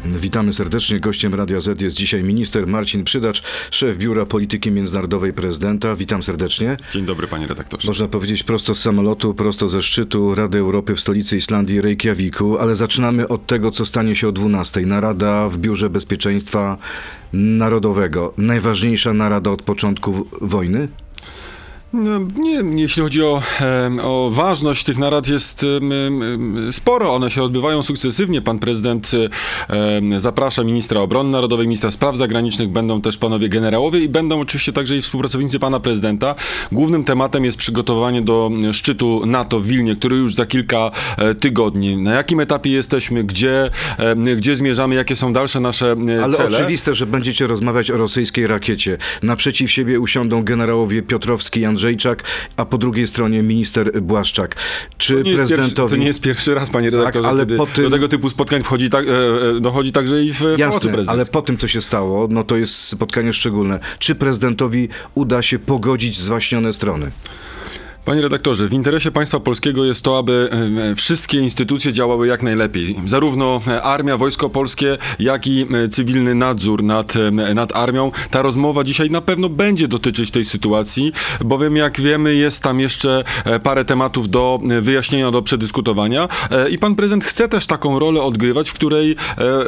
Witamy serdecznie. Gościem Radia Z jest dzisiaj minister Marcin Przydacz, szef Biura Polityki Międzynarodowej Prezydenta. Witam serdecznie. Dzień dobry, panie redaktorze. Można powiedzieć prosto z samolotu, prosto ze szczytu Rady Europy w stolicy Islandii, Reykjaviku, ale zaczynamy od tego, co stanie się o 12:00. Narada w Biurze Bezpieczeństwa Narodowego. Najważniejsza narada od początku wojny? No, nie, jeśli chodzi o ważność tych narad, jest sporo. One się odbywają sukcesywnie. Pan prezydent zaprasza ministra obrony narodowej, ministra spraw zagranicznych, będą też panowie generałowie i będą oczywiście także i współpracownicy pana prezydenta. Głównym tematem jest przygotowanie do szczytu NATO w Wilnie, który już za kilka tygodni. Na jakim etapie jesteśmy, gdzie zmierzamy, jakie są dalsze nasze cele? Ale oczywiste, że będziecie rozmawiać o rosyjskiej rakiecie. Naprzeciw siebie usiądą generałowie Piotrowski i Andrzejczak, a po drugiej stronie minister Błaszczak. Czy prezydentowi... To nie jest pierwszy raz, panie redaktorze, tak, ale kiedy do tego typu spotkań dochodzi także i w Pałacu Prezydenckim. Ale po tym, co się stało, no to jest spotkanie szczególne. Czy prezydentowi uda się pogodzić zwaśnione strony? Panie redaktorze, w interesie państwa polskiego jest to, aby wszystkie instytucje działały jak najlepiej. Zarówno armia, wojsko polskie, jak i cywilny nadzór nad armią. Ta rozmowa dzisiaj na pewno będzie dotyczyć tej sytuacji, bowiem jak wiemy, jest tam jeszcze parę tematów do wyjaśnienia, do przedyskutowania. I pan prezydent chce też taką rolę odgrywać, w której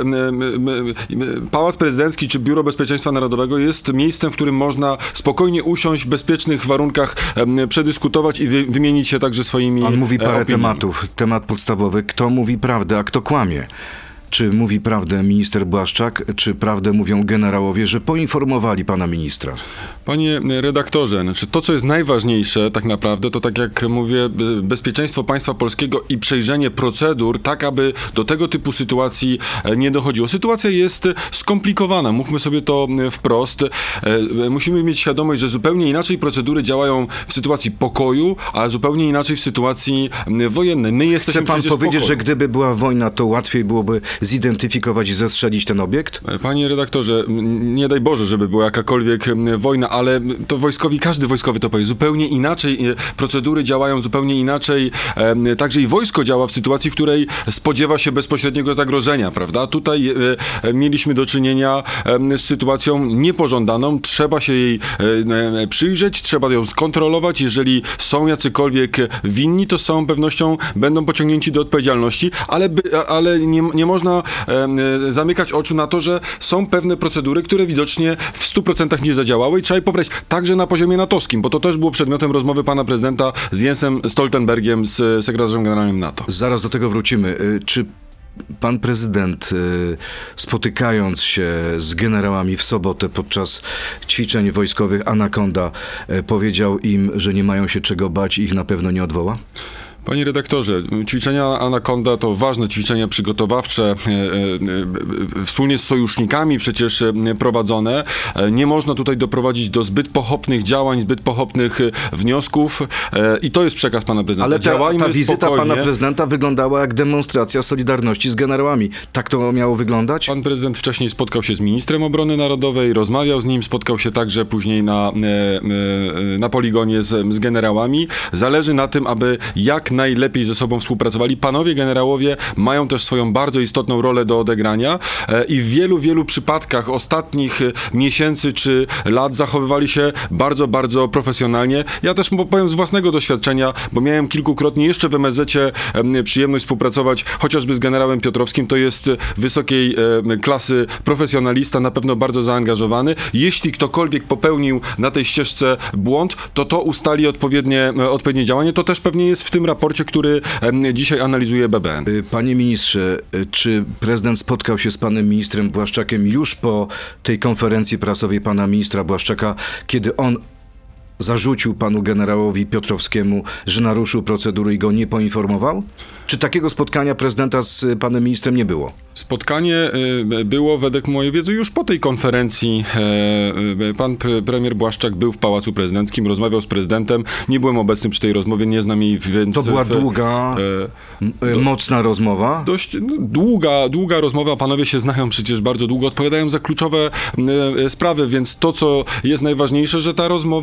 Pałac Prezydencki czy Biuro Bezpieczeństwa Narodowego jest miejscem, w którym można spokojnie usiąść, w bezpiecznych warunkach przedyskutować i wymienić się także swoimi Pan mówi parę opiniami. tematów. Temat podstawowy. Kto mówi prawdę, a kto kłamie? Czy mówi prawdę minister Błaszczak, czy prawdę mówią generałowie, że poinformowali pana ministra? Panie redaktorze, znaczy to, co jest najważniejsze tak naprawdę, to tak jak mówię, bezpieczeństwo państwa polskiego i przejrzenie procedur, tak aby do tego typu sytuacji nie dochodziło. Sytuacja jest skomplikowana, mówmy sobie to wprost. Musimy mieć świadomość, że zupełnie inaczej procedury działają w sytuacji pokoju, a zupełnie inaczej w sytuacji wojennej. My jesteśmy Chce pan powiedzieć, że gdyby była wojna, to łatwiej byłoby zidentyfikować i zestrzelić ten obiekt? Panie redaktorze, nie daj Boże, żeby była jakakolwiek wojna, ale to każdy wojskowy to powie. Zupełnie inaczej procedury działają, zupełnie inaczej. Także i wojsko działa w sytuacji, w której spodziewa się bezpośredniego zagrożenia, prawda? Tutaj mieliśmy do czynienia z sytuacją niepożądaną. Trzeba się jej przyjrzeć, trzeba ją skontrolować. Jeżeli są jacykolwiek winni, to z całą pewnością będą pociągnięci do odpowiedzialności, ale nie można zamykać oczu na to, że są pewne procedury, które widocznie w 100% nie zadziałały i trzeba je pobrać także na poziomie natowskim, bo to też było przedmiotem rozmowy pana prezydenta z Jensem Stoltenbergiem, z sekretarzem generalnym NATO. Zaraz do tego wrócimy. Czy pan prezydent, spotykając się z generałami w sobotę podczas ćwiczeń wojskowych Anakonda, powiedział im, że nie mają się czego bać i ich na pewno nie odwoła? Panie redaktorze, ćwiczenia Anakonda to ważne ćwiczenia przygotowawcze, wspólnie z sojusznikami przecież prowadzone. Nie można tutaj doprowadzić do zbyt pochopnych działań, zbyt pochopnych wniosków i to jest przekaz pana prezydenta. Ale ta wizyta spokojnie. Pana prezydenta wyglądała jak demonstracja solidarności z generałami. Tak to miało wyglądać? Pan prezydent wcześniej spotkał się z ministrem obrony narodowej, rozmawiał z nim, spotkał się także później na poligonie z generałami. Zależy na tym, aby jak najlepiej ze sobą współpracowali. Panowie generałowie mają też swoją bardzo istotną rolę do odegrania i w wielu przypadkach ostatnich miesięcy czy lat zachowywali się bardzo, bardzo profesjonalnie. Ja też powiem z własnego doświadczenia, bo miałem kilkukrotnie jeszcze w MSZ-cie przyjemność współpracować chociażby z generałem Piotrowskim. To jest wysokiej klasy profesjonalista, na pewno bardzo zaangażowany. Jeśli ktokolwiek popełnił na tej ścieżce błąd, to ustali odpowiednie działanie. To też pewnie jest w tym raporcie, który dzisiaj analizuje BBN. Panie ministrze, czy prezydent spotkał się z panem ministrem Błaszczakiem już po tej konferencji prasowej pana ministra Błaszczaka, kiedy on zarzucił panu generałowi Piotrowskiemu, że naruszył procedury i go nie poinformował? Czy takiego spotkania prezydenta z panem ministrem nie było? Spotkanie było według mojej wiedzy już po tej konferencji. Pan premier Błaszczak był w Pałacu Prezydenckim, rozmawiał z prezydentem. Nie byłem obecny przy tej rozmowie, nie znam jej, więc... To była długa, mocna rozmowa? Dość długa rozmowa. Panowie się znają przecież bardzo długo, odpowiadają za kluczowe sprawy, więc to, co jest najważniejsze, że ta rozmowa była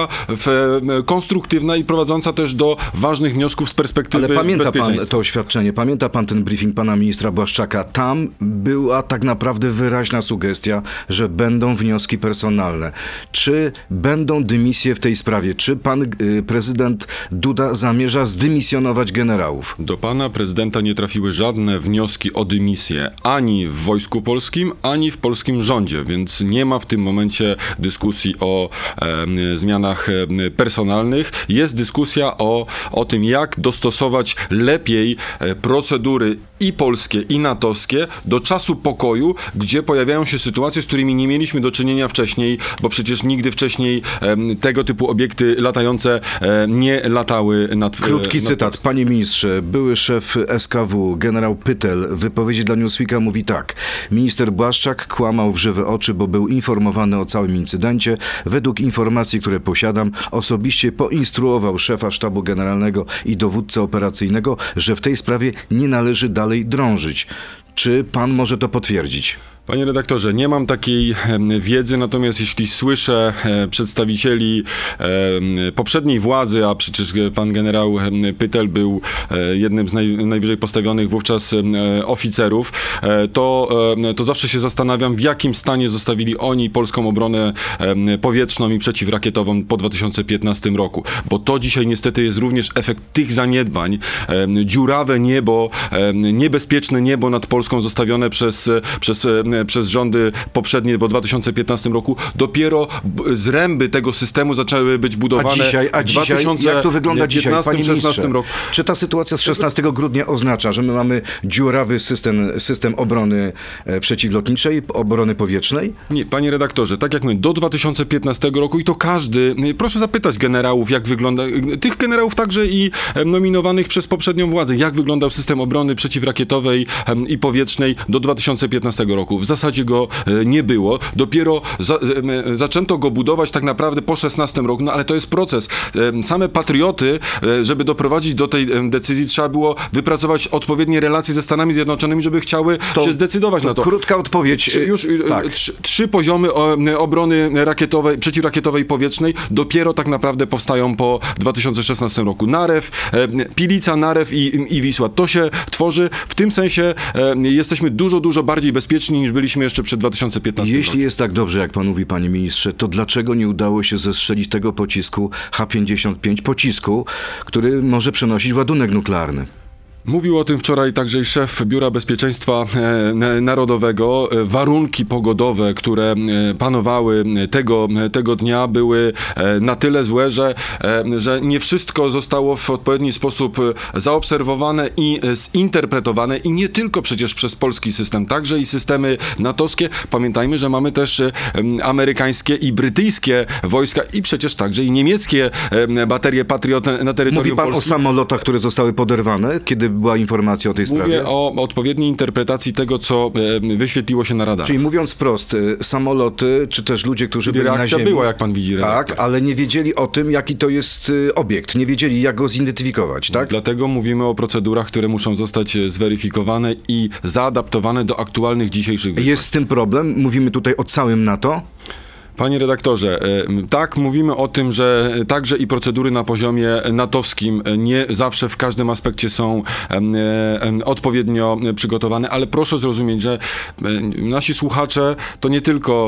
była konstruktywna i prowadząca też do ważnych wniosków z perspektywy Ale pamięta pan bezpieczeństwa. to oświadczenie, pamięta pan ten briefing pana ministra Błaszczaka? Tam była tak naprawdę wyraźna sugestia, że będą wnioski personalne. Czy będą dymisje w tej sprawie? Czy pan prezydent Duda zamierza zdymisjonować generałów? Do pana prezydenta nie trafiły żadne wnioski o dymisję ani w Wojsku Polskim, ani w polskim rządzie, więc nie ma w tym momencie dyskusji o zmianach personalnych. Jest dyskusja o tym, jak dostosować lepiej procedury i polskie, i natowskie do czasu pokoju, gdzie pojawiają się sytuacje, z którymi nie mieliśmy do czynienia wcześniej, bo przecież nigdy wcześniej tego typu obiekty latające nie latały nad Krótki cytat. Panie ministrze, były szef SKW, generał Pytel, w wypowiedzi dla Newsweeka mówi tak. Minister Błaszczak kłamał w żywe oczy, bo był informowany o całym incydencie. Według informacji, które posiadam, osobiście poinstruował szefa sztabu generalnego i dowódcę operacyjnego, że w tej sprawie nie należy dalej drążyć. Czy pan może to potwierdzić? Panie redaktorze, nie mam takiej wiedzy, natomiast jeśli słyszę przedstawicieli poprzedniej władzy, a przecież pan generał Pytel był jednym z najwyżej postawionych wówczas oficerów, to zawsze się zastanawiam, w jakim stanie zostawili oni polską obronę powietrzną i przeciwrakietową po 2015 roku. Bo to dzisiaj niestety jest również efekt tych zaniedbań. Dziurawe niebo, niebezpieczne niebo nad Polską zostawione przez rządy poprzednie po 2015 roku, dopiero zręby tego systemu zaczęły być budowane a dzisiaj jak to wygląda dzisiaj, panie ministrze? Roku. Czy ta sytuacja z 16 grudnia oznacza, że my mamy dziurawy system obrony przeciwlotniczej, obrony powietrznej? Nie, panie redaktorze, tak jak mówię, do 2015 roku i to każdy, proszę zapytać generałów, jak wygląda, tych generałów także i nominowanych przez poprzednią władzę, jak wyglądał system obrony przeciwrakietowej i powietrznej do 2015 roku. W zasadzie go nie było. Dopiero zaczęto go budować tak naprawdę po 16 roku, no ale to jest proces. Same patrioty, żeby doprowadzić do tej decyzji, trzeba było wypracować odpowiednie relacje ze Stanami Zjednoczonymi, żeby chciały się zdecydować na to. Krótka odpowiedź. Tak. Trzy poziomy obrony rakietowej, przeciwrakietowej i powietrznej dopiero tak naprawdę powstają po 2016 roku. Narew, Pilica, Narew i Wisła. To się tworzy. W tym sensie jesteśmy dużo bardziej bezpieczni niż byliśmy jeszcze przed 2015 Jeśli rokiem. jest tak dobrze, jak pan mówi, panie ministrze, to dlaczego nie udało się zestrzelić tego pocisku H-55, pocisku, który może przenosić ładunek nuklearny? Mówił o tym wczoraj także i szef Biura Bezpieczeństwa Narodowego. Warunki pogodowe, które panowały tego dnia, były na tyle złe, że nie wszystko zostało w odpowiedni sposób zaobserwowane i zinterpretowane i nie tylko przecież przez polski system, także i systemy natowskie. Pamiętajmy, że mamy też amerykańskie i brytyjskie wojska i przecież także i niemieckie baterie Patriot na terytorium Mówi pan Polski. o samolotach, które zostały poderwane, kiedy była informacja o tej sprawie? Mówię o odpowiedniej interpretacji tego, co wyświetliło się na radarze. Czyli mówiąc wprost, samoloty, czy też ludzie, którzy byli na reakcja ziemi... była, jak pan widzi, redaktor. Tak, ale nie wiedzieli o tym, jaki to jest obiekt. Nie wiedzieli, jak go zidentyfikować, tak? Dlatego mówimy o procedurach, które muszą zostać zweryfikowane i zaadaptowane do aktualnych dzisiejszych wyzwań. Jest z tym problem? Mówimy tutaj o całym NATO? Panie redaktorze, tak, mówimy o tym, że także i procedury na poziomie natowskim nie zawsze w każdym aspekcie są odpowiednio przygotowane, ale proszę zrozumieć, że nasi słuchacze to nie tylko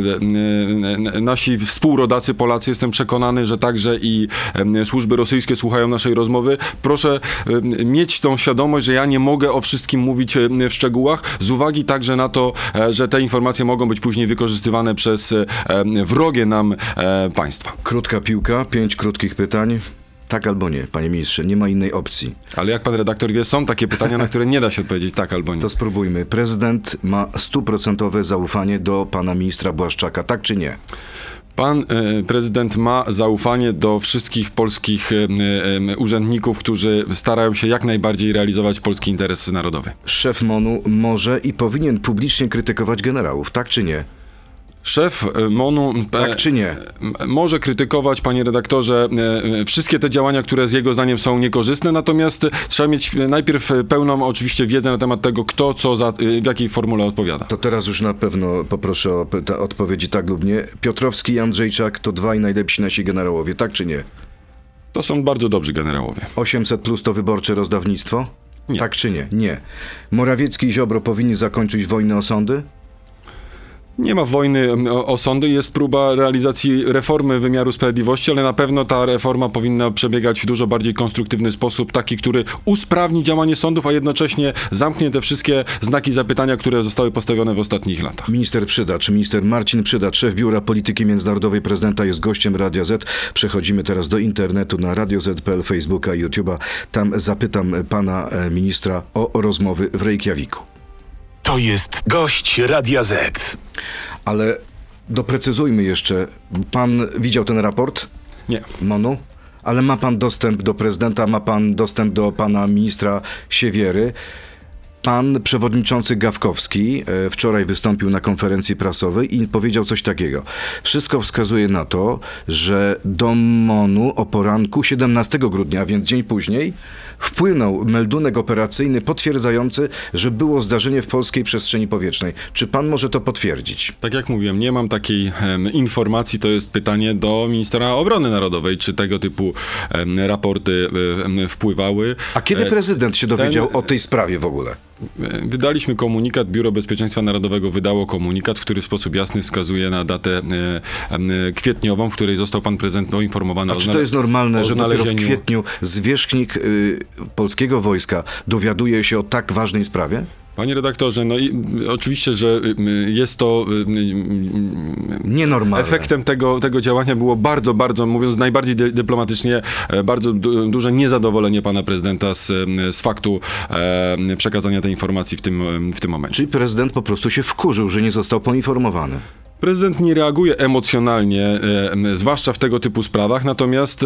nasi współrodacy Polacy. Jestem przekonany, że także i służby rosyjskie słuchają naszej rozmowy. Proszę mieć tą świadomość, że ja nie mogę o wszystkim mówić w szczegółach, z uwagi także na to, że te informacje mogą być później wykorzystywane przez wrogie nam państwa. Krótka piłka, 5 krótkich pytań. Tak albo nie, panie ministrze, nie ma innej opcji. Ale jak pan redaktor wie, są takie pytania, na które nie da się odpowiedzieć tak albo nie. To spróbujmy. Prezydent ma 100% zaufanie do pana ministra Błaszczaka, tak czy nie? Pan prezydent ma zaufanie do wszystkich polskich urzędników, którzy starają się jak najbardziej realizować polski interes narodowy. Szef MON-u może i powinien publicznie krytykować generałów, tak czy nie? Szef MON-u Tak czy nie? może krytykować, panie redaktorze, wszystkie te działania, które z jego zdaniem są niekorzystne, natomiast trzeba mieć najpierw pełną oczywiście wiedzę na temat tego, kto co w jakiej formule odpowiada. To teraz już na pewno poproszę o odpowiedzi tak lub nie. Piotrowski i Andrzejczak to dwaj najlepsi nasi generałowie, tak czy nie? To są bardzo dobrzy generałowie. 800 plus to wyborcze rozdawnictwo? Nie. Tak czy nie? Nie. Morawiecki i Ziobro powinni zakończyć wojnę o sądy? Nie ma wojny o sądy, jest próba realizacji reformy wymiaru sprawiedliwości, ale na pewno ta reforma powinna przebiegać w dużo bardziej konstruktywny sposób, taki, który usprawni działanie sądów, a jednocześnie zamknie te wszystkie znaki zapytania, które zostały postawione w ostatnich latach. Minister Przydacz, minister Marcin Przydacz, szef Biura Polityki Międzynarodowej Prezydenta, jest gościem Radia Z. Przechodzimy teraz do internetu na Radio Z.pl, Facebooka i YouTube'a. Tam zapytam pana ministra o rozmowy w Reykjaviku. To jest gość Radia Z. Ale doprecyzujmy jeszcze. Pan widział ten raport Nie. MON-u? Ale ma pan dostęp do prezydenta, ma pan dostęp do pana ministra Siewiery. Pan przewodniczący Gawkowski wczoraj wystąpił na konferencji prasowej i powiedział coś takiego. Wszystko wskazuje na to, że do MON-u o poranku 17 grudnia, więc dzień później, wpłynął meldunek operacyjny potwierdzający, że było zdarzenie w polskiej przestrzeni powietrznej. Czy pan może to potwierdzić? Tak jak mówiłem, nie mam takiej informacji, to jest pytanie do ministra obrony narodowej, czy tego typu raporty wpływały. A kiedy prezydent się dowiedział o tej sprawie w ogóle? Wydaliśmy komunikat, Biuro Bezpieczeństwa Narodowego wydało komunikat, w który w sposób jasny wskazuje na datę kwietniową, w której został pan prezydent poinformowany A czy to jest normalne, że dopiero w znalezieniu- kwietniu zwierzchnik polskiego wojska dowiaduje się o tak ważnej sprawie? Panie redaktorze, no i oczywiście, że jest to Nienormalne. efektem tego działania było bardzo, mówiąc najbardziej dyplomatycznie, bardzo duże niezadowolenie pana prezydenta z faktu przekazania tej informacji w tym momencie. Czyli prezydent po prostu się wkurzył, że nie został poinformowany. Prezydent nie reaguje emocjonalnie, zwłaszcza w tego typu sprawach, natomiast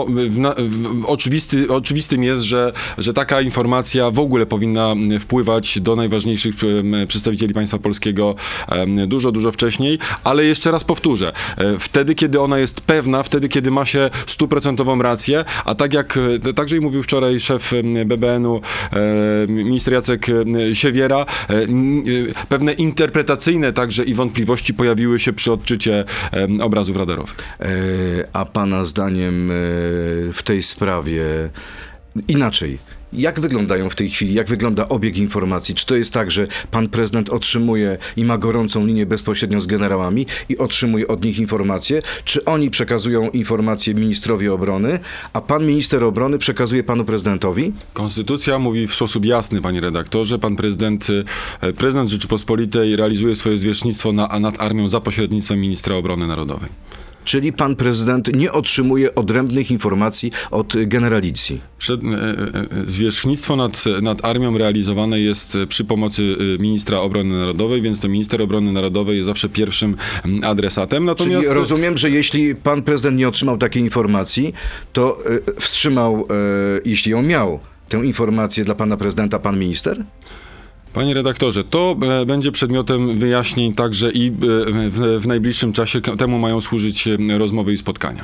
oczywistym jest, że taka informacja w ogóle powinna wpływać do najważniejszych przedstawicieli państwa polskiego dużo wcześniej, ale jeszcze raz powtórzę, wtedy, kiedy ona jest pewna, wtedy, kiedy ma się 100% rację, a tak jak także i mówił wczoraj szef BBN-u, minister Jacek Siewiera, pewne interpretacyjne także i wątpliwości pojawiły się przy odczycie obrazów radarowych. A pana zdaniem w tej sprawie inaczej? Jak wyglądają w tej chwili, jak wygląda obieg informacji? Czy to jest tak, że pan prezydent otrzymuje i ma gorącą linię bezpośrednio z generałami i otrzymuje od nich informacje? Czy oni przekazują informacje ministrowi obrony, a pan minister obrony przekazuje panu prezydentowi? Konstytucja mówi w sposób jasny, panie redaktorze, prezydent Rzeczypospolitej realizuje swoje zwierzchnictwo nad armią za pośrednictwem ministra obrony narodowej. Czyli pan prezydent nie otrzymuje odrębnych informacji od generalicji. Zwierzchnictwo nad armią realizowane jest przy pomocy ministra obrony narodowej, więc to minister obrony narodowej jest zawsze pierwszym adresatem. Natomiast Czyli rozumiem, że jeśli pan prezydent nie otrzymał takiej informacji, to wstrzymał, jeśli ją miał, tę informację dla pana prezydenta, pan minister? Panie redaktorze, to będzie przedmiotem wyjaśnień także i w najbliższym czasie. Temu mają służyć rozmowy i spotkania.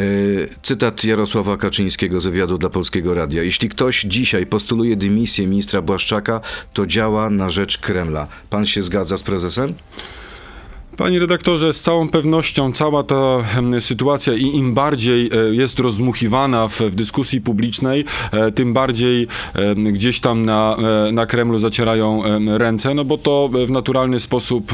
Cytat Jarosława Kaczyńskiego z wywiadu dla Polskiego Radia. Jeśli ktoś dzisiaj postuluje dymisję ministra Błaszczaka, to działa na rzecz Kremla. Pan się zgadza z prezesem? Panie redaktorze, z całą pewnością cała ta sytuacja i im bardziej jest rozdmuchiwana w dyskusji publicznej, tym bardziej gdzieś tam na Kremlu zacierają ręce, no bo to w naturalny sposób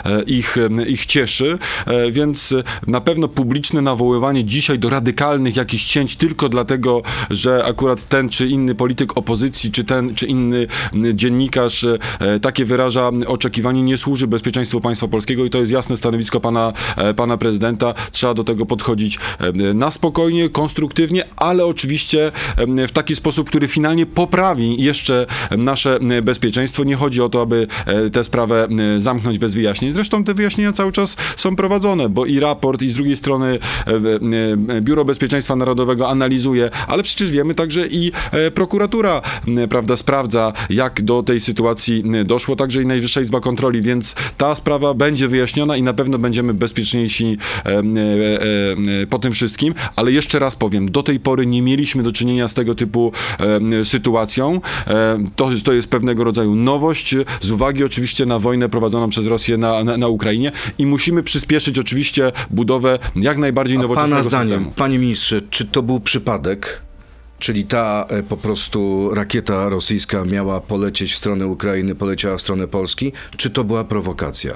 ich cieszy, więc na pewno publiczne nawoływanie dzisiaj do radykalnych jakichś cięć tylko dlatego, że akurat ten czy inny polityk opozycji, czy ten czy inny dziennikarz takie wyraża oczekiwanie, nie służy bezpieczeństwu państwa polskiego i to jest jasne stanowisko pana prezydenta. Trzeba do tego podchodzić na spokojnie, konstruktywnie, ale oczywiście w taki sposób, który finalnie poprawi jeszcze nasze bezpieczeństwo. Nie chodzi o to, aby tę sprawę zamknąć bez wyjaśnień. Zresztą te wyjaśnienia cały czas są prowadzone, bo i raport, i z drugiej strony Biuro Bezpieczeństwa Narodowego analizuje, ale przecież wiemy także i prokuratura, prawda, sprawdza, jak do tej sytuacji doszło, także i Najwyższa Izba Kontroli, więc ta sprawa będzie wyjaśniona wyjaśniona i na pewno będziemy bezpieczniejsi po tym wszystkim, ale jeszcze raz powiem, do tej pory nie mieliśmy do czynienia z tego typu sytuacją. To jest pewnego rodzaju nowość, z uwagi oczywiście na wojnę prowadzoną przez Rosję na Ukrainie i musimy przyspieszyć oczywiście budowę jak najbardziej nowoczesnego Pana zdaniem, systemu. panie ministrze, czy to był przypadek? Czyli ta po prostu rakieta rosyjska miała polecieć w stronę Ukrainy, poleciała w stronę Polski? Czy to była prowokacja?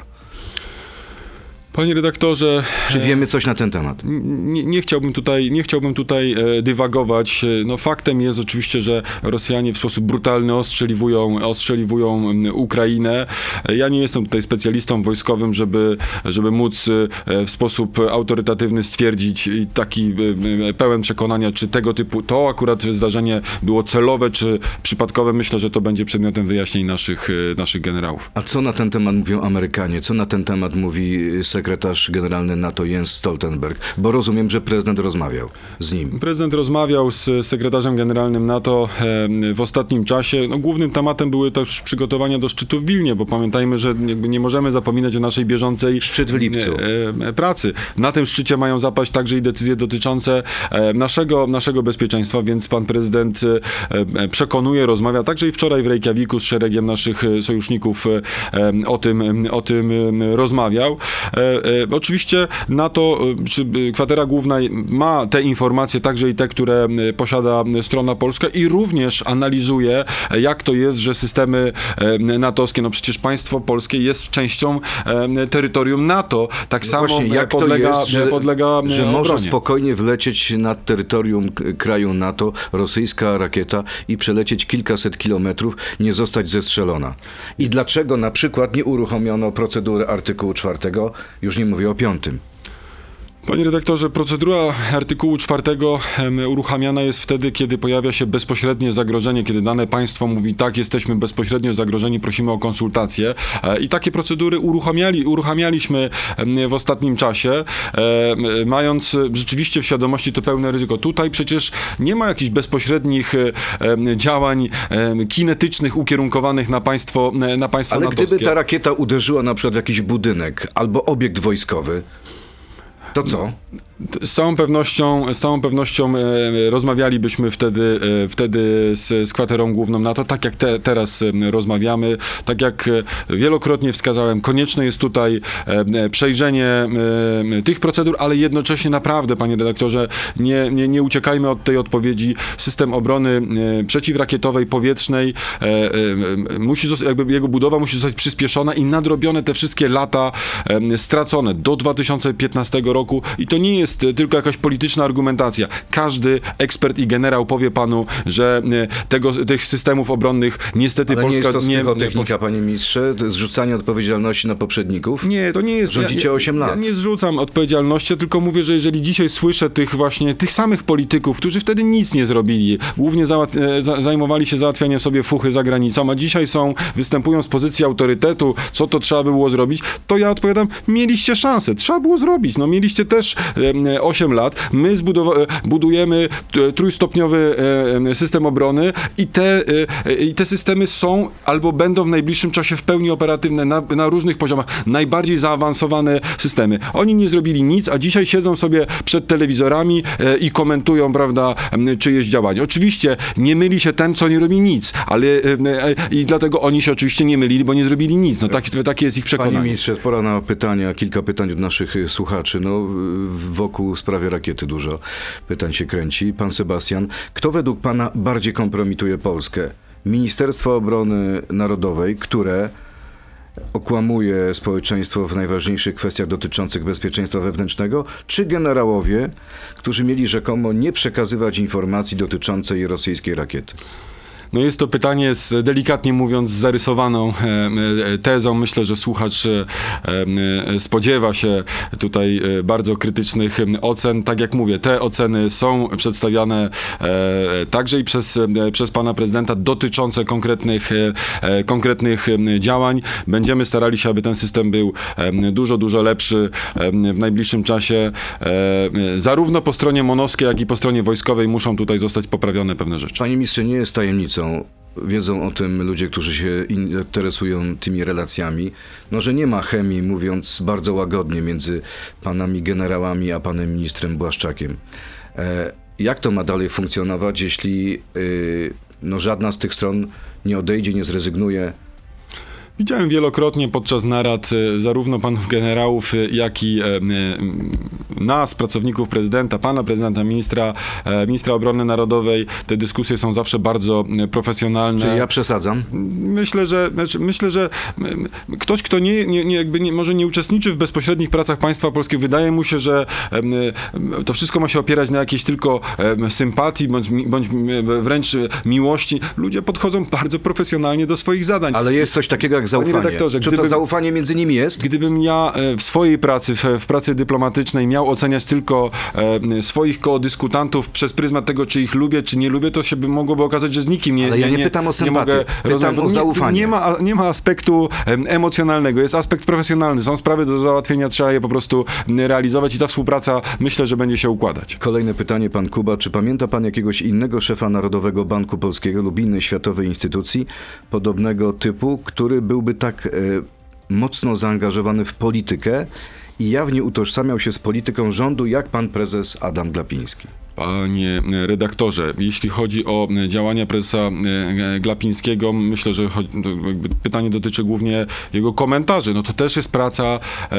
Panie redaktorze, Czy wiemy coś na ten temat? nie chciałbym tutaj dywagować. No, faktem jest oczywiście, że Rosjanie w sposób brutalny ostrzeliwują Ukrainę. Ja nie jestem tutaj specjalistą wojskowym, żeby móc w sposób autorytatywny stwierdzić i taki pełen przekonania, czy tego typu, to akurat zdarzenie było celowe, czy przypadkowe. Myślę, że to będzie przedmiotem wyjaśnień naszych generałów. A co na ten temat mówią Amerykanie? Co na ten temat mówi sekretarz generalny NATO Jens Stoltenberg? Bo rozumiem, że prezydent rozmawiał z nim. Prezydent rozmawiał z sekretarzem generalnym NATO w ostatnim czasie. No, głównym tematem były też przygotowania do szczytu w Wilnie, bo pamiętajmy, że nie możemy zapominać o naszej bieżącej Szczyt w lipcu. pracy. Na tym szczycie mają zapaść także i decyzje dotyczące naszego bezpieczeństwa, więc pan prezydent przekonuje, rozmawia także i wczoraj w Reykjaviku z szeregiem naszych sojuszników o tym rozmawiał. Oczywiście NATO, czy kwatera główna ma te informacje, także i te, które posiada strona polska i również analizuje, jak to jest, że systemy natowskie, no przecież państwo polskie jest częścią terytorium NATO, tak samo właśnie, jak podlega, to jest, że może obronie. spokojnie wlecieć nad terytorium kraju NATO rosyjska rakieta i przelecieć kilkaset kilometrów, nie zostać zestrzelona. I dlaczego na przykład nie uruchomiono procedury artykułu 4, już nie mówię o 5. Panie redaktorze, procedura artykułu 4 uruchamiana jest wtedy, kiedy pojawia się bezpośrednie zagrożenie, kiedy dane państwo mówi, tak, jesteśmy bezpośrednio zagrożeni, prosimy o konsultacje. I takie procedury uruchamialiśmy w ostatnim czasie, mając rzeczywiście w świadomości to pełne ryzyko. Tutaj przecież nie ma jakichś bezpośrednich działań kinetycznych ukierunkowanych na państwo Ale natowskie. gdyby ta rakieta uderzyła na przykład w jakiś budynek albo obiekt wojskowy, to co? Z całą pewnością rozmawialibyśmy wtedy z kwaterą główną NATO, tak jak teraz rozmawiamy, tak jak wielokrotnie wskazałem, konieczne jest tutaj przejrzenie tych procedur, ale jednocześnie naprawdę, panie redaktorze, nie uciekajmy od tej odpowiedzi. System obrony przeciwrakietowej, powietrznej jego budowa musi zostać przyspieszona i nadrobione te wszystkie lata stracone do 2015 roku i to nie jest tylko jakaś polityczna argumentacja. Każdy ekspert i generał powie panu, że tych systemów obronnych niestety Ale Polska nie jest to psychotechnika, panie ministrze? To jest zrzucanie odpowiedzialności na poprzedników? Nie, to nie jest... Rządzicie 8 lat. Ja nie zrzucam odpowiedzialności, tylko mówię, że jeżeli dzisiaj słyszę tych samych polityków, którzy wtedy nic nie zrobili, głównie zajmowali się załatwianiem sobie fuchy za granicą, a dzisiaj występują z pozycji autorytetu, co to trzeba było zrobić, to ja odpowiadam, mieliście szansę, trzeba było zrobić, no mieliście też 8 lat, my budujemy trójstopniowy system obrony i te systemy są albo będą w najbliższym czasie w pełni operatywne na różnych poziomach, najbardziej zaawansowane systemy. Oni nie zrobili nic, a dzisiaj siedzą sobie przed telewizorami i komentują, prawda, czyjeś działanie. Oczywiście nie myli się ten, co nie robi nic, ale i dlatego oni się oczywiście nie mylili, bo nie zrobili nic. No takie jest ich przekonanie. Panie ministrze, pora na pytania, kilka pytań od naszych słuchaczy. No, wokół sprawy rakiety dużo pytań się kręci. Pan Sebastian, kto według pana bardziej kompromituje Polskę? Ministerstwo Obrony Narodowej, które okłamuje społeczeństwo w najważniejszych kwestiach dotyczących bezpieczeństwa wewnętrznego, czy generałowie, którzy mieli rzekomo nie przekazywać informacji dotyczącej rosyjskiej rakiety? No jest to pytanie delikatnie mówiąc z zarysowaną tezą. Myślę, że słuchacz spodziewa się tutaj bardzo krytycznych ocen. Tak jak mówię, te oceny są przedstawiane także i przez pana prezydenta dotyczące konkretnych działań. Będziemy starali się, aby ten system był dużo lepszy w najbliższym czasie. Zarówno po stronie monowskiej, jak i po stronie wojskowej muszą tutaj zostać poprawione pewne rzeczy. Panie ministrze, nie jest tajemnicą, wiedzą o tym ludzie, którzy się interesują tymi relacjami, no, że nie ma chemii, mówiąc bardzo łagodnie, między panami generałami a panem ministrem Błaszczakiem. Jak to ma dalej funkcjonować, jeśli no, żadna z tych stron nie odejdzie, nie zrezygnuje? Widziałem wielokrotnie podczas narad zarówno panów generałów, jak i nas, pracowników prezydenta, pana prezydenta, ministra obrony narodowej. Te dyskusje są zawsze bardzo profesjonalne. Czyli ja przesadzam? Myślę, że ktoś, kto może nie uczestniczy w bezpośrednich pracach państwa polskiego, wydaje mu się, że to wszystko ma się opierać na jakiejś tylko sympatii, bądź wręcz miłości. Ludzie podchodzą bardzo profesjonalnie do swoich zadań. Ale jest coś takiego jak zaufanie. Panie redaktorze, Czy to zaufanie między nimi jest? Gdybym ja w swojej pracy, w pracy dyplomatycznej miał oceniać tylko swoich kodyskutantów przez pryzmat tego, czy ich lubię, czy nie lubię, to się mogłoby okazać, że z nikim nie Ale ja nie pytam o sympatię, pytam o zaufanie. Nie ma aspektu emocjonalnego, jest aspekt profesjonalny. Są sprawy do załatwienia, trzeba je po prostu realizować i ta współpraca, myślę, że będzie się układać. Kolejne pytanie, pan Kuba. Czy pamięta pan jakiegoś innego szefa Narodowego Banku Polskiego lub innej światowej instytucji podobnego typu, który byłby tak mocno zaangażowany w politykę i jawnie utożsamiał się z polityką rządu, jak pan prezes Adam Glapiński? Panie redaktorze, jeśli chodzi o działania prezesa Glapińskiego, myślę, że pytanie dotyczy głównie jego komentarzy. No to też jest praca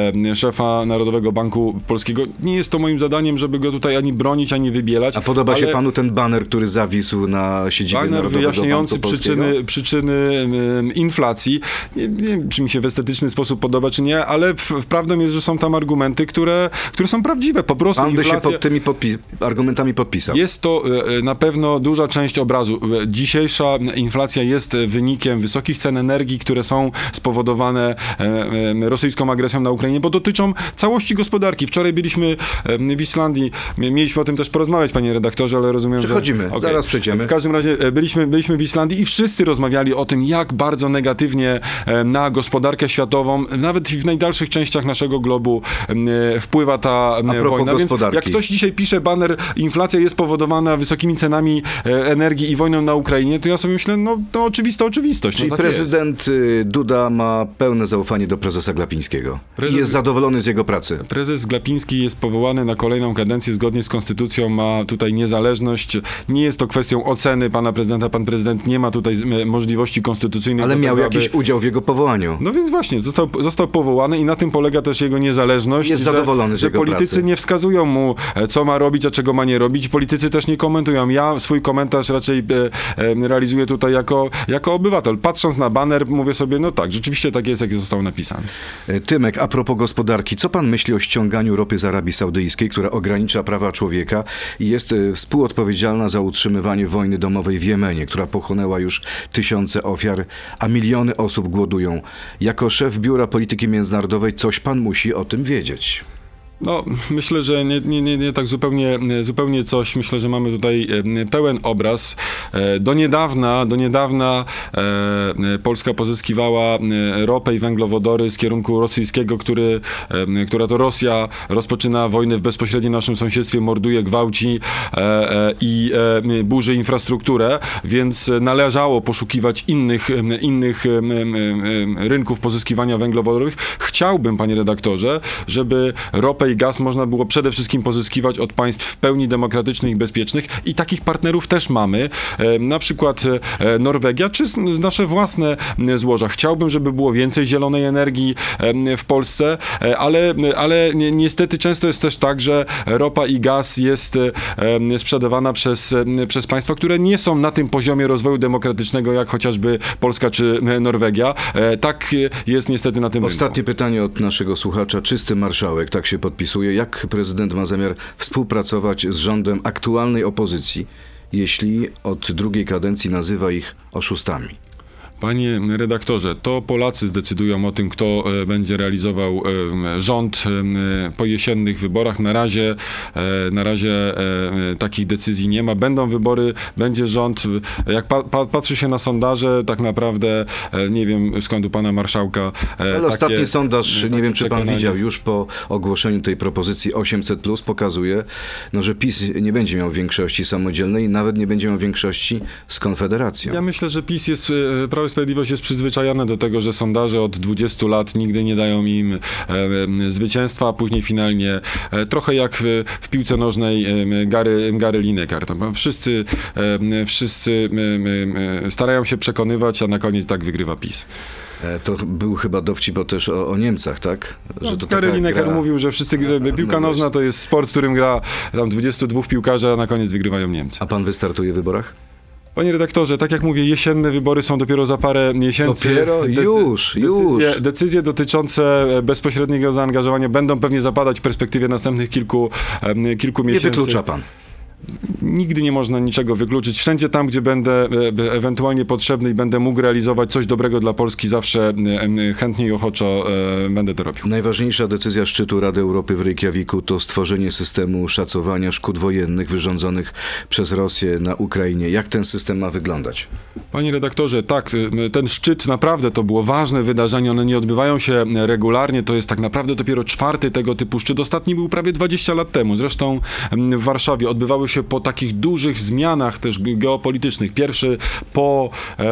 szefa Narodowego Banku Polskiego. Nie jest to moim zadaniem, żeby go tutaj ani bronić, ani wybielać. A podoba się panu ten baner, który zawisł na siedzibie baner Narodowego wyjaśniający Banku Polskiego? przyczyny inflacji. Nie wiem, czy mi się w estetyczny sposób podoba, czy nie, ale prawdą jest, że są tam argumenty, które są prawdziwe. Po prostu Pan by inflacja... się pod tymi argumentami podpisał. Jest to na pewno duża część obrazu. Dzisiejsza inflacja jest wynikiem wysokich cen energii, które są spowodowane rosyjską agresją na Ukrainie, bo dotyczą całości gospodarki. Wczoraj byliśmy w Islandii. Mieliśmy o tym też porozmawiać, panie redaktorze, ale rozumiem, Przechodzimy, że... Okay. zaraz przejdziemy. W każdym razie byliśmy w Islandii i wszyscy rozmawiali o tym, jak bardzo negatywnie na gospodarkę światową, nawet w najdalszych częściach naszego globu wpływa ta wojna. Gospodarki. Więc jak ktoś dzisiaj pisze baner inflacja jest powodowana wysokimi cenami energii i wojną na Ukrainie, to ja sobie myślę, no to oczywista oczywistość. Czyli no, tak prezydent Duda ma pełne zaufanie do prezesa Glapińskiego. I jest zadowolony z jego pracy. Prezes Glapiński jest powołany na kolejną kadencję zgodnie z konstytucją, ma tutaj niezależność. Nie jest to kwestią oceny pana prezydenta. Pan prezydent nie ma tutaj możliwości konstytucyjnych. Ale miał jakiś udział w jego powołaniu. No więc właśnie, został powołany i na tym polega też jego niezależność. Jest zadowolony z jego politycy pracy. nie wskazują mu, co ma robić, a czego ma nie robić. Politycy też nie komentują. Ja swój komentarz raczej realizuję tutaj jako obywatel. Patrząc na baner, mówię sobie, no tak, rzeczywiście tak jest, jak został napisany. Tymek, a propos gospodarki, co pan myśli o ściąganiu ropy z Arabii Saudyjskiej, która ogranicza prawa człowieka i jest współodpowiedzialna za utrzymywanie wojny domowej w Jemenie, która pochłonęła już tysiące ofiar, a miliony osób głodują? Jako szef Biura Polityki Międzynarodowej coś pan musi o tym wiedzieć. No, myślę, że nie tak zupełnie coś. Myślę, że mamy tutaj pełen obraz. Do niedawna Polska pozyskiwała ropę i węglowodory z kierunku rosyjskiego, która to Rosja rozpoczyna wojnę w bezpośrednim naszym sąsiedztwie, morduje, gwałci i burzy infrastrukturę, więc należało poszukiwać innych rynków pozyskiwania węglowodorów. Chciałbym, panie redaktorze, żeby ropę i gaz można było przede wszystkim pozyskiwać od państw w pełni demokratycznych i bezpiecznych i takich partnerów też mamy, na przykład Norwegia, czy nasze własne złoża. Chciałbym, żeby było więcej zielonej energii w Polsce, ale niestety często jest też tak, że ropa i gaz jest sprzedawana przez państwa, które nie są na tym poziomie rozwoju demokratycznego, jak chociażby Polska czy Norwegia. Tak jest niestety na tym Ostatnie rynku. pytanie od naszego słuchacza. Czysty marszałek, tak się podpisuje. Jak prezydent ma zamiar współpracować z rządem aktualnej opozycji, jeśli od drugiej kadencji nazywa ich oszustami? Panie redaktorze, to Polacy zdecydują o tym, kto będzie realizował rząd po jesiennych wyborach. Na razie takich decyzji nie ma. Będą wybory, będzie rząd. Jak patrzy się na sondaże, tak naprawdę nie wiem skąd u pana marszałka Ale ostatni sondaż, nie wiem czy pan przekonanie. widział, już po ogłoszeniu tej propozycji 800+, pokazuje, no, że PiS nie będzie miał większości samodzielnej, nawet nie będzie miał większości z Konfederacją. Ja myślę, że PiS Prawo i Sprawiedliwość jest przyzwyczajone do tego, że sondaże od 20 lat nigdy nie dają im zwycięstwa, a później finalnie trochę jak w piłce nożnej Gary Lineker. Wszyscy starają się przekonywać, a na koniec tak wygrywa PiS. To był chyba dowcip też o Niemcach, tak? Że to Gary taka Lineker gra- mówił, że piłka nożna to jest sport, w którym gra tam 22 piłkarzy, a na koniec wygrywają Niemcy. A pan wystartuje w wyborach? Panie redaktorze, tak jak mówię, jesienne wybory są dopiero za parę miesięcy. Dopiero? Już. Decyzje dotyczące bezpośredniego zaangażowania będą pewnie zapadać w perspektywie następnych kilku Nie miesięcy. wyklucza pan. Nigdy nie można niczego wykluczyć. Wszędzie tam, gdzie będę ewentualnie potrzebny i będę mógł realizować coś dobrego dla Polski, zawsze chętnie i ochoczo będę to robił. Najważniejsza decyzja szczytu Rady Europy w Reykjaviku to stworzenie systemu szacowania szkód wojennych wyrządzonych przez Rosję na Ukrainie. Jak ten system ma wyglądać? Panie redaktorze, tak, ten szczyt naprawdę to było ważne wydarzenie, one nie odbywają się regularnie, to jest tak naprawdę dopiero 4. tego typu szczyt. Ostatni był prawie 20 lat temu, zresztą w Warszawie. Odbywały się po takich dużych zmianach też geopolitycznych. Pierwszy po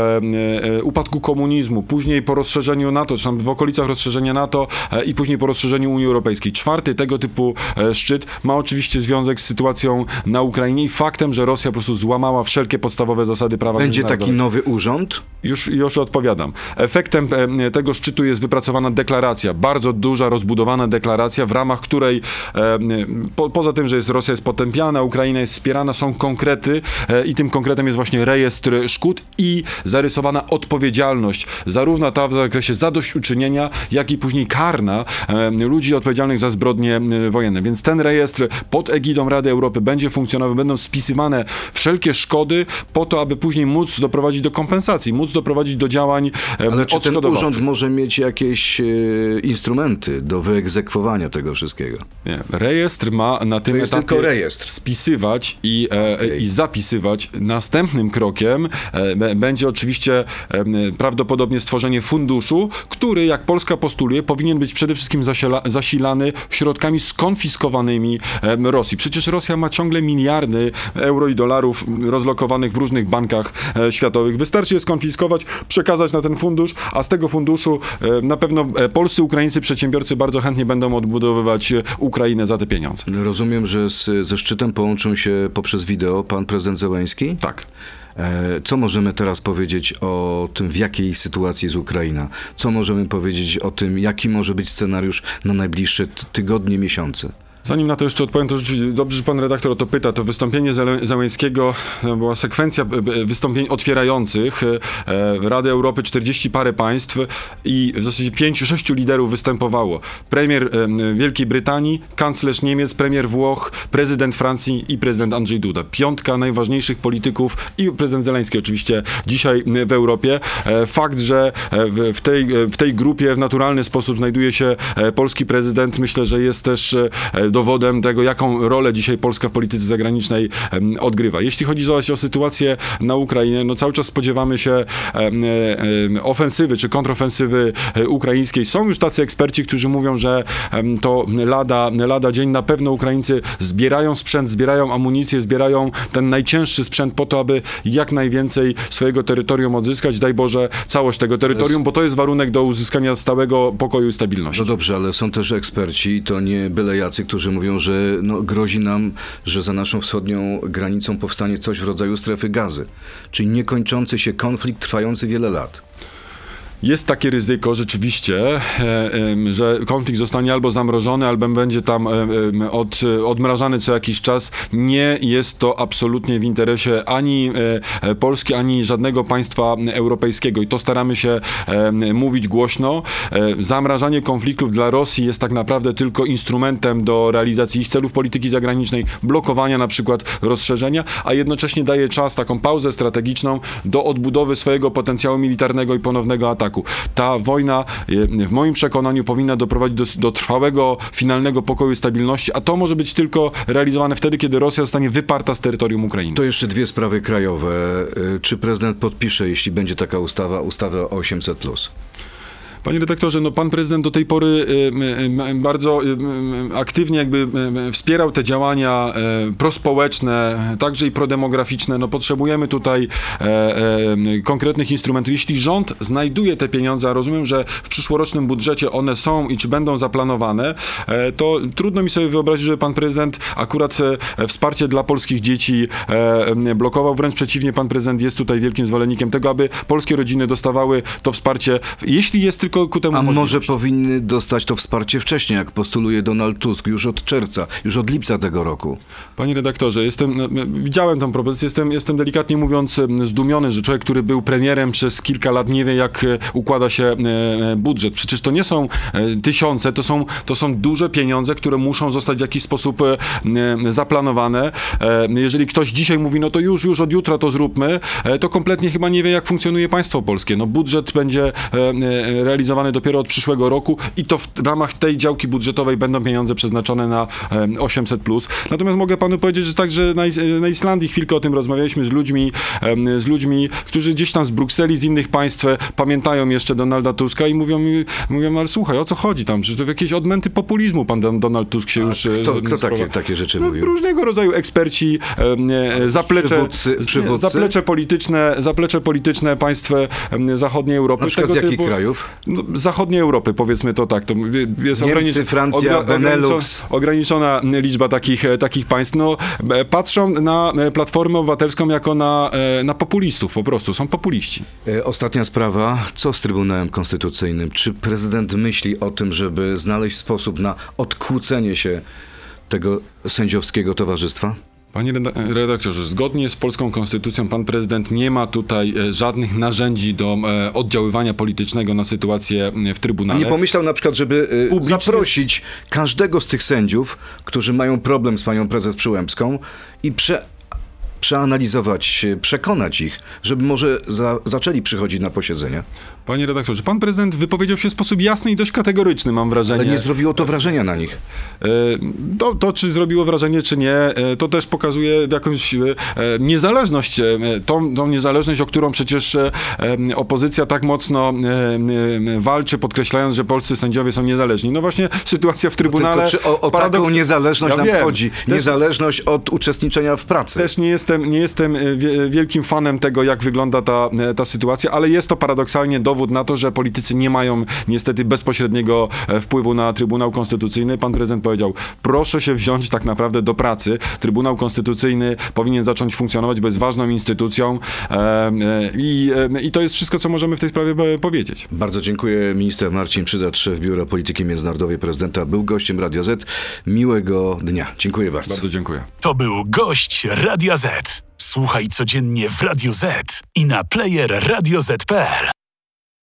upadku komunizmu, później po rozszerzeniu NATO, czy tam w okolicach rozszerzenia NATO i później po rozszerzeniu Unii Europejskiej. 4. tego typu szczyt ma oczywiście związek z sytuacją na Ukrainie i faktem, że Rosja po prostu złamała wszelkie podstawowe zasady prawa Będzie taki międzynarodowego. nowy urząd? Już odpowiadam. Efektem tego szczytu jest wypracowana deklaracja, bardzo duża, rozbudowana deklaracja, w ramach której poza tym, że Rosja jest potępiana, Ukraina jest wspierana, są konkrety i tym konkretem jest właśnie rejestr szkód i zarysowana odpowiedzialność, zarówno ta w zakresie zadośćuczynienia, jak i później karna ludzi odpowiedzialnych za zbrodnie wojenne. Więc ten rejestr pod egidą Rady Europy będzie funkcjonował, będą spisywane wszelkie szkody po to, aby później móc doprowadzić do kompensacji, móc doprowadzić do działań Ale czy ten odszkodowawczych. urząd może mieć jakieś instrumenty do wyegzekwowania tego wszystkiego? Nie. Rejestr ma na tym jest etapie tylko rejestr. spisywać i zapisywać. Następnym krokiem będzie oczywiście prawdopodobnie stworzenie funduszu, który, jak Polska postuluje, powinien być przede wszystkim zasilany środkami skonfiskowanymi Rosji. Przecież Rosja ma ciągle miliardy euro i dolarów rozlokowanych w różnych bankach światowych. Wystarczy je skonfiskować, przekazać na ten fundusz, a z tego funduszu na pewno polscy, ukraińscy przedsiębiorcy bardzo chętnie będą odbudowywać Ukrainę za te pieniądze. Rozumiem, że ze szczytem połączą się poprzez wideo pan prezydent Zełenski? Tak. Co możemy teraz powiedzieć o tym, w jakiej sytuacji jest Ukraina? Co możemy powiedzieć o tym, jaki może być scenariusz na najbliższe tygodnie, miesiące? Zanim na to jeszcze odpowiem, to rzeczywiście dobrze, że pan redaktor o to pyta. To wystąpienie Zełenskiego była sekwencja wystąpień otwierających Rady Europy, 40 parę państw i w zasadzie 5-6 liderów występowało. Premier Wielkiej Brytanii, kanclerz Niemiec, premier Włoch, prezydent Francji i prezydent Andrzej Duda. 5 najważniejszych polityków i prezydent Zełenski oczywiście dzisiaj w Europie. Fakt, że w tej grupie w naturalny sposób znajduje się polski prezydent, myślę, że jest też dowodem tego, jaką rolę dzisiaj Polska w polityce zagranicznej odgrywa. Jeśli chodzi zaś o sytuację na Ukrainie, no cały czas spodziewamy się ofensywy czy kontrofensywy ukraińskiej. Są już tacy eksperci, którzy mówią, że to lada dzień. Na pewno Ukraińcy zbierają sprzęt, zbierają amunicję, zbierają ten najcięższy sprzęt po to, aby jak najwięcej swojego terytorium odzyskać. Daj Boże, całość tego terytorium, bo to jest warunek do uzyskania stałego pokoju i stabilności. No dobrze, ale są też eksperci, to nie byle jacy, którzy mówią, że grozi nam, że za naszą wschodnią granicą powstanie coś w rodzaju strefy gazy, czyli niekończący się konflikt trwający wiele lat. Jest takie ryzyko rzeczywiście, że konflikt zostanie albo zamrożony, albo będzie tam odmrażany co jakiś czas. Nie jest to absolutnie w interesie ani Polski, ani żadnego państwa europejskiego i to staramy się mówić głośno. Zamrażanie konfliktów dla Rosji jest tak naprawdę tylko instrumentem do realizacji ich celów polityki zagranicznej, blokowania na przykład rozszerzenia, a jednocześnie daje czas, taką pauzę strategiczną do odbudowy swojego potencjału militarnego i ponownego ataku. Ta wojna w moim przekonaniu powinna doprowadzić do trwałego, finalnego pokoju i stabilności, a to może być tylko realizowane wtedy, kiedy Rosja zostanie wyparta z terytorium Ukrainy. To jeszcze dwie sprawy krajowe. Czy prezydent podpisze, jeśli będzie taka ustawę 800+? Panie redaktorze, no pan prezydent do tej pory bardzo aktywnie jakby wspierał te działania prospołeczne, także i prodemograficzne. No potrzebujemy tutaj konkretnych instrumentów. Jeśli rząd znajduje te pieniądze, a rozumiem, że w przyszłorocznym budżecie one są i czy będą zaplanowane, to trudno mi sobie wyobrazić, że pan prezydent akurat wsparcie dla polskich dzieci blokował. Wręcz przeciwnie, pan prezydent jest tutaj wielkim zwolennikiem tego, aby polskie rodziny dostawały to wsparcie, jeśli jest tylko ku temu możliwość. Może powinny dostać to wsparcie wcześniej, jak postuluje Donald Tusk, już od czerwca, już od lipca tego roku. Panie redaktorze, widziałem tę propozycję, jestem delikatnie mówiąc zdumiony, że człowiek, który był premierem przez kilka lat, nie wie, jak układa się budżet. Przecież to nie są tysiące, to są duże pieniądze, które muszą zostać w jakiś sposób zaplanowane. Jeżeli ktoś dzisiaj mówi, no to już od jutra to zróbmy, to kompletnie chyba nie wie, jak funkcjonuje państwo polskie. No budżet będzie realizowany dopiero od przyszłego roku i to w ramach tej działki budżetowej będą pieniądze przeznaczone na 800+. Natomiast mogę panu powiedzieć, że także na Islandii chwilkę o tym rozmawialiśmy z ludźmi, którzy gdzieś tam z Brukseli, z innych państw pamiętają jeszcze Donalda Tuska i mówią, ale słuchaj, o co chodzi tam? Że to jakieś odmęty populizmu pan Donald Tusk się już... Kto takie rzeczy mówił? Różnego rodzaju eksperci, zaplecze polityczne państw zachodniej Europy. Na przykład z jakich krajów? No, zachodniej Europy, powiedzmy to tak. To jest Niemcy, Francja, Benelux. Ograniczona liczba takich państw. No, patrzą na Platformę Obywatelską jako na populistów po prostu. Są populiści. Ostatnia sprawa. Co z Trybunałem Konstytucyjnym? Czy prezydent myśli o tym, żeby znaleźć sposób na odkłócenie się tego sędziowskiego towarzystwa? Panie redaktorze, zgodnie z polską konstytucją pan prezydent nie ma tutaj żadnych narzędzi do oddziaływania politycznego na sytuację w Trybunale. A nie pomyślał na przykład, żeby zaprosić każdego z tych sędziów, którzy mają problem z panią prezes Przyłębską i przeanalizować, przekonać ich, żeby może zaczęli przychodzić na posiedzenia? Panie redaktorze, pan prezydent wypowiedział się w sposób jasny i dość kategoryczny, mam wrażenie. Ale nie zrobiło to wrażenia na nich. To czy zrobiło wrażenie, czy nie, to też pokazuje jakąś niezależność, tą niezależność, o którą przecież opozycja tak mocno walczy, podkreślając, że polscy sędziowie są niezależni. No właśnie sytuacja w Trybunale... Czy o taką niezależność nam chodzi? Niezależność od uczestniczenia w pracy. Też nie jestem wielkim fanem tego, jak wygląda ta sytuacja, ale jest to paradoksalnie dowód na to, że politycy nie mają niestety bezpośredniego wpływu na Trybunał Konstytucyjny. Pan prezydent powiedział, proszę się wziąć tak naprawdę do pracy. Trybunał Konstytucyjny powinien zacząć funkcjonować, bo jest ważną instytucją i to jest wszystko, co możemy w tej sprawie powiedzieć. Bardzo dziękuję. Minister Marcin Przydacz, szef Biura Polityki Międzynarodowej Prezydenta, był gościem Radia Z. Miłego dnia. Dziękuję bardzo. Bardzo dziękuję. To był gość Radia Z. Słuchaj codziennie w Radio Z i na player radioz.pl.